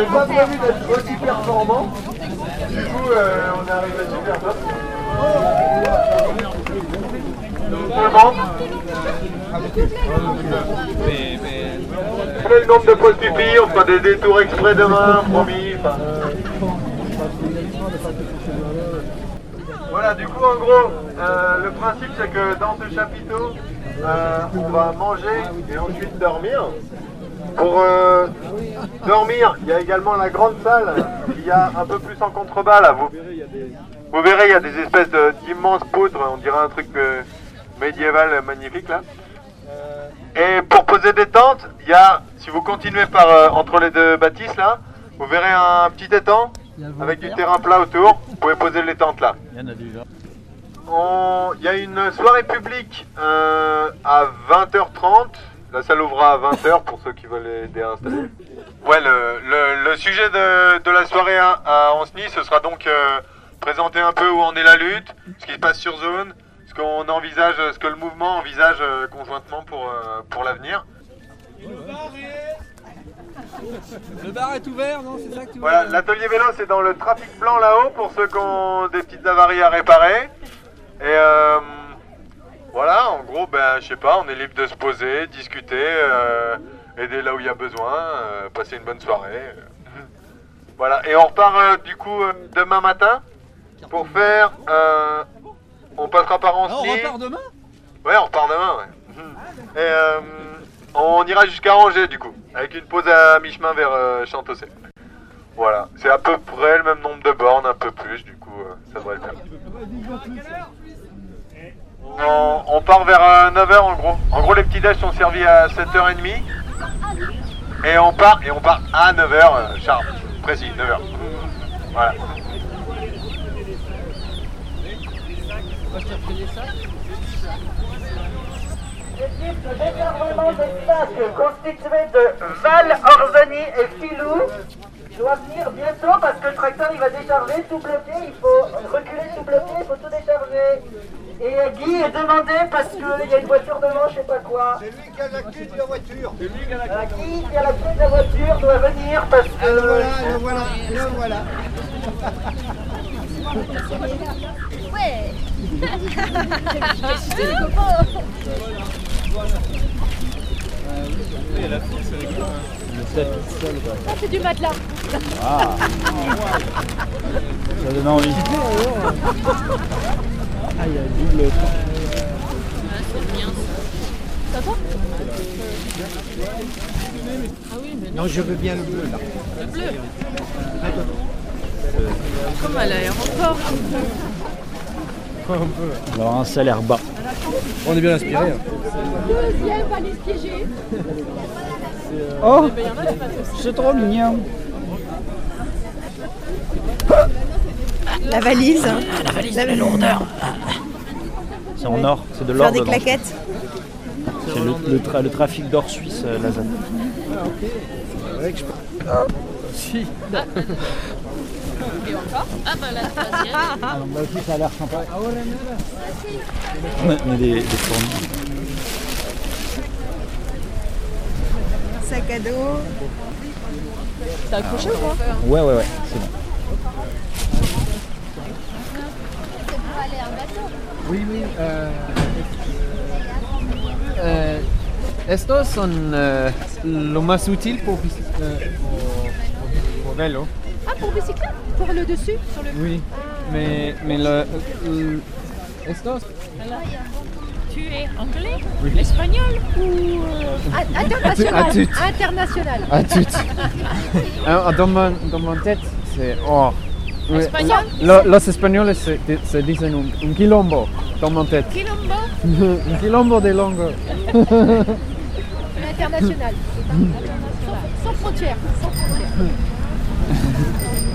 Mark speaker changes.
Speaker 1: pas prévu d'être aussi performant. Du coup, on est arrivé super top. Quel est le nombre de pauses pipi? On fera des détours exprès demain, promis. Voilà, du coup, en gros, le principe c'est que dans ce chapiteau, on va manger et ensuite dormir. Pour dormir, il y a également la grande salle qui y a un peu plus en contrebas là. Vous verrez, il y a des espèces d'immenses poutres, on dirait un truc médiéval magnifique là. Et pour poser des tentes, il y a, si vous continuez par entre les deux bâtisses là, vous verrez un petit étang avec du terrain plat autour. Vous pouvez poser les tentes là. Il y en a déjà. Il y a une soirée publique à 20h30. La salle ouvrira à 20h pour ceux qui veulent aider à installer. Ouais, le sujet de la soirée à Anceny, ce sera donc présenter un peu où en est la lutte, ce qui se passe sur zone, ce qu'on envisage, ce que le mouvement envisage conjointement pour l'avenir.
Speaker 2: Le bar est ouvert, non? C'est ça que tu veux
Speaker 1: Voilà, l'atelier vélo c'est dans le trafic blanc là-haut pour ceux qui ont des petites avaries à réparer. Et voilà, en gros, ben, je sais pas, on est libre de se poser, discuter, aider là où il y a besoin, passer une bonne soirée. Voilà, et on repart du coup demain matin pour faire... on passera par Anceny.
Speaker 2: Ah, on repart demain?
Speaker 1: Ouais, on repart demain, ouais. Et on ira jusqu'à Angers du coup, avec une pause à mi-chemin vers Chantocé. Voilà, c'est à peu près le même nombre de bornes, un peu plus, du coup, ça devrait le faire. On part vers 9h en gros. En gros, les petits déj sont servis à 7h30. Et on part à 9h, sharp, précis, 9h. Voilà.
Speaker 3: L'équipe de décarrement des sacs constituée de Val, Orzani et Filou doit venir bientôt parce que le tracteur il va décharger, tout bloqué, il faut reculer, tout bloqué, il faut tout décharger. Et Guy est demandé parce qu'il y a une voiture devant, je sais pas quoi.
Speaker 4: C'est lui qui a la clé de la voiture.
Speaker 3: Guy qui a la clé de la voiture doit venir parce que...
Speaker 4: Le voilà.
Speaker 5: Ouais. Ça c'est du matelas.
Speaker 6: Ah. Ça donne envie. Ah, il y a un double.
Speaker 5: C'est bien ça. Ça va? Ah oui, mais non.
Speaker 4: Non, je veux bien le bleu là.
Speaker 5: Le bleu. Comme à l'aéroport.
Speaker 6: Alors un salaire bas.
Speaker 2: On est bien inspiré.
Speaker 5: Deuxième valise piégée.
Speaker 6: Oh, c'est trop mignon.
Speaker 7: La valise.
Speaker 6: La valise, la lourdeur. C'est en or, c'est de l'or.
Speaker 7: Faire des
Speaker 6: dedans.
Speaker 7: claquettes.
Speaker 6: C'est le trafic d'or suisse, la ZAN.
Speaker 4: Ah, ok. C'est vrai que je peux.
Speaker 2: Si.
Speaker 5: Et encore? Ah bah la troisième.
Speaker 6: Bah aussi, ça a l'air sympa. On a des fourmis.
Speaker 7: Sac à dos.
Speaker 5: T'as accroché ou pas?
Speaker 6: Ouais, c'est bon.
Speaker 2: Oui. Estos son lo más útil pour vélo.
Speaker 5: Ah, pour bicyclette? Pour le dessus? Sur le...
Speaker 2: Oui, mais estos.
Speaker 5: Tu es anglais? Oui. Espagnol? Ou... international? International.
Speaker 2: À toutes. Dans mon tête, c'est... Oh. Oui.
Speaker 5: Espagnol?
Speaker 2: Los españoles se dicen un quilombo dans mon tête.
Speaker 5: Quilombo?
Speaker 2: Un quilombo de longo.
Speaker 5: International. Sans frontières. Sans frontières.